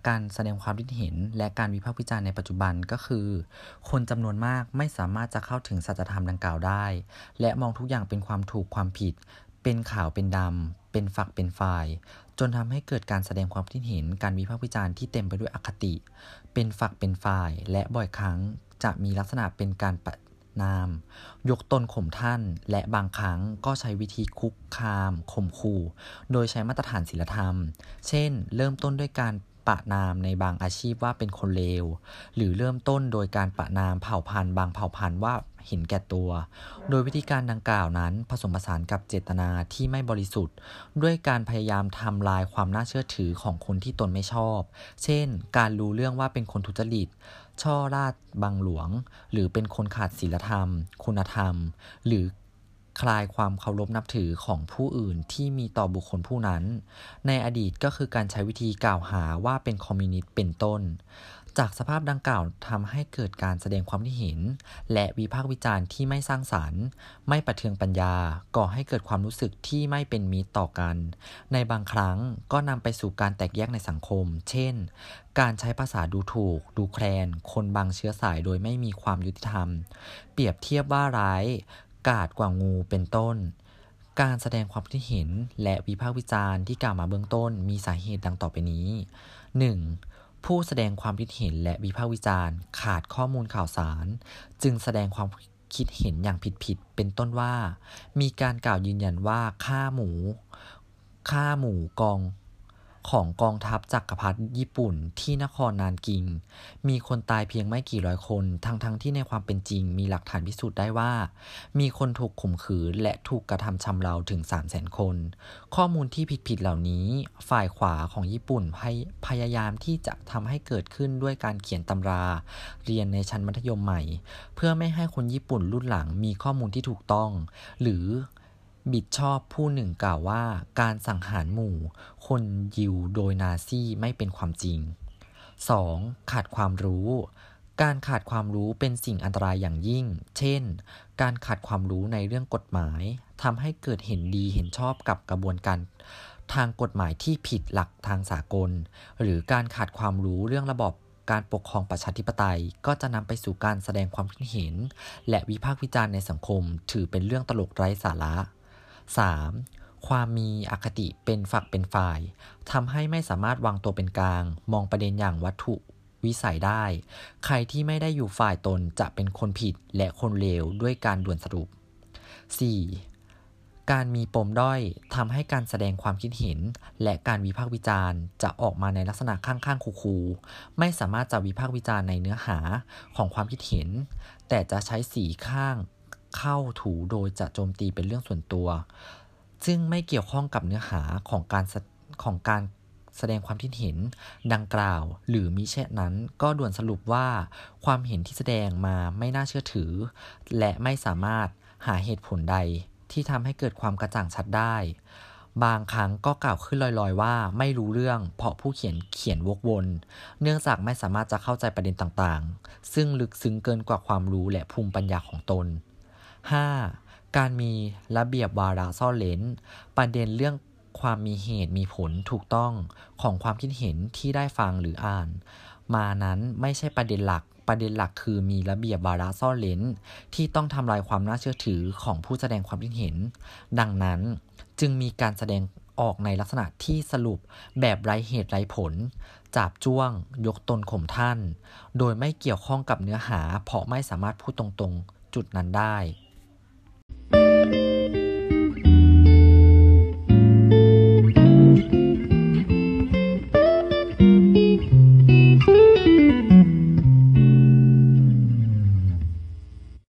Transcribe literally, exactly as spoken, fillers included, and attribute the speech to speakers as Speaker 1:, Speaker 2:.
Speaker 1: การแสดงความคิดเห็นและการวิพากษ์วิจารณ์ในปัจจุบันก็คือคนจำนวนมากไม่สามารถจะเข้าถึงสัจธรรมดังกล่าวได้และมองทุกอย่างเป็นความถูกความผิดเป็นขาวเป็นดำเป็นฝักเป็นฝ่ายจนทำให้เกิดการแสดงความคิดเห็นการวิพากษ์วิจารณ์ที่เต็มไปด้วยอคติเป็นฝักเป็นฝ่ายและบ่อยครั้งจะมีลักษณะเป็นการประณามยกตนข่มท่านและบางครั้งก็ใช้วิธีคุกคามข่มขู่โดยใช้มาตรฐานศีลธรรมเช่นเริ่มต้นด้วยการประณามในบางอาชีพว่าเป็นคนเลวหรือเริ่มต้นโดยการประณามเผ่าพันธุ์บางเผ่าพันธุ์ว่าเห็นแก่ตัวโดยวิธีการดังกล่าวนั้นผสมผสานกับเจตนาที่ไม่บริสุทธิ์ด้วยการพยายามทำลายความน่าเชื่อถือของคนที่ตนไม่ชอบเช่นการรู้เรื่องว่าเป็นคนทุจริตช่อราชบังหลวงหรือเป็นคนขาดศีลธรรมคุณธรรมหรือคลายความเคารพนับถือของผู้อื่นที่มีต่อบุคคลผู้นั้นในอดีตก็คือการใช้วิธีกล่าวหาว่าเป็นคอมมิวนิสต์เป็นต้นจากสภาพดังกล่าวทำให้เกิดการแสดงความคิดเห็นและวิพากษ์วิจารณ์ที่ไม่สร้างสรรค์ไม่ประเทืองปัญญาก่อให้เกิดความรู้สึกที่ไม่เป็นมิตรต่อกันในบางครั้งก็นำไปสู่การแตกแยกในสังคมเช่นการใช้ภาษาดูถูกดูแคลนคนบางเชื้อสายโดยไม่มีความยุติธรรมเปรียบเทียบว่าร้ายกาจกว่างูเป็นต้นการแสดงความคิดเห็นและวิพากษ์วิจารณ์ที่กล่าวมาเบื้องต้นมีสาเหตุดังต่อไปนี้ หนึ่ง. ผู้แสดงความคิดเห็นและวิพากษ์วิจารณ์ขาดข้อมูลข่าวสารจึงแสดงความคิดเห็นอย่างผิดๆเป็นต้นว่ามีการกล่าวยืนยันว่าฆ่าหมูฆ่าหมูกองของกองทัพจักรพรรดิญี่ปุ่นที่นครนานกิงมีคนตายเพียงไม่กี่ร้อยคนทั้งๆ ท, ที่ในความเป็นจริงมีหลักฐานพิสูจน์ได้ว่ามีคนถูกข่มขืนและถูกกระทำชำเราถึง สามแสน คนข้อมูลที่ผิดๆเหล่านี้ฝ่ายขวาของญี่ปุ่นพยพยายามที่จะทำให้เกิดขึ้นด้วยการเขียนตำราเรียนในชั้นมัธยมใหม่เพื่อไม่ให้คนญี่ปุ่นรุ่นหลังมีข้อมูลที่ถูกต้องหรือบิดชอบผู้หนึ่งกล่าวว่าการสังหารหมู่คนยิวโดยนาซีไม่เป็นความจริง สอง. ขาดความรู้การขาดความรู้เป็นสิ่งอันตรายอย่างยิ่งเช่นการขาดความรู้ในเรื่องกฎหมายทำให้เกิดเห็นดีเห็นชอบกับกระบวนการทางกฎหมายที่ผิดหลักทางสากลหรือการขาดความรู้เรื่องระบบการปกครองประชาธิปไตยก็จะนำไปสู่การแสดงความคิดเห็นและวิพากษ์วิจารณ์ในสังคมถือเป็นเรื่องตลกไร้สาระ สาม. ความมีอคติเป็นฝักเป็นฝ่ายทำให้ไม่สามารถวางตัวเป็นกลางมองประเด็นอย่างวัตถุวิสัยได้ใครที่ไม่ได้อยู่ฝ่ายตนจะเป็นคนผิดและคนเลวด้วยการด่วนสรุป สี่. การมีปมด้อยทำให้การแสดงความคิดเห็นและการวิพากษ์วิจารณ์จะออกมาในลักษณะข้างๆคูๆไม่สามารถจะวิพากษ์วิจารณ์ในเนื้อหาของความคิดเห็นแต่จะใช้สีข้างเข้าถูโดยจะโจมตีเป็นเรื่องส่วนตัวซึ่งไม่เกี่ยวข้องกับเนื้อหาของการของการแสดงความคิดเห็นดังกล่าวหรือมิเช่นนั้นก็ด่วนสรุปว่าความเห็นที่แสดงมาไม่น่าเชื่อถือและไม่สามารถหาเหตุผลใดที่ทำให้เกิดความกระจ่างชัดได้บางครั้งก็กล่าวขึ้นลอยๆว่าไม่รู้เรื่องเพราะผู้เขียนเขียนวกวนเนื่องจากไม่สามารถจะเข้าใจประเด็นต่างๆซึ่งลึกซึ้งเกินกว่าความรู้และภูมิปัญญาของตน ห้า. การมีระเบียบวาระซ่อนเร้นประเด็นเรื่องความมีเหตุมีผลถูกต้องของความคิดเห็นที่ได้ฟังหรืออ่านมานั้นไม่ใช่ประเด็นหลักประเด็นหลักคือมีระเบียบวาระซ่อนเร้นที่ต้องทำลายความน่าเชื่อถือของผู้แสดงความคิดเห็นดังนั้นจึงมีการแสดงออกในลักษณะที่สรุปแบบไร้เหตุไร้ผลจาบจ้วงยกตนข่มท่านโดยไม่เกี่ยวข้องกับเนื้อหาเพราะไม่สามารถพูดตรงๆจุดนั้นได้